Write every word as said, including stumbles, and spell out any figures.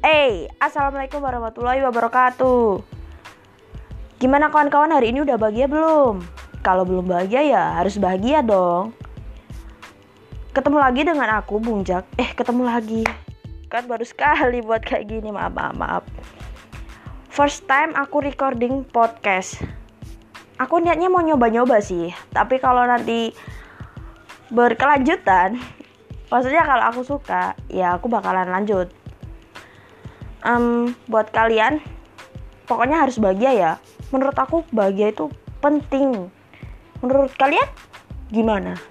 Hey, assalamualaikum warahmatullahi wabarakatuh. Gimana kawan-kawan, hari ini udah bahagia belum? Kalau belum bahagia ya harus bahagia dong. Ketemu lagi dengan aku, Bung Jak. Eh, ketemu lagi. Kan baru sekali buat kayak gini, maaf, maaf, maaf. First time aku recording podcast. Aku niatnya mau nyoba-nyoba sih. Tapi kalau nanti berkelanjutan, maksudnya kalau aku suka, ya aku bakalan lanjut. Um, buat kalian, pokoknya harus bahagia ya. Menurut aku bahagia itu penting. Menurut kalian gimana?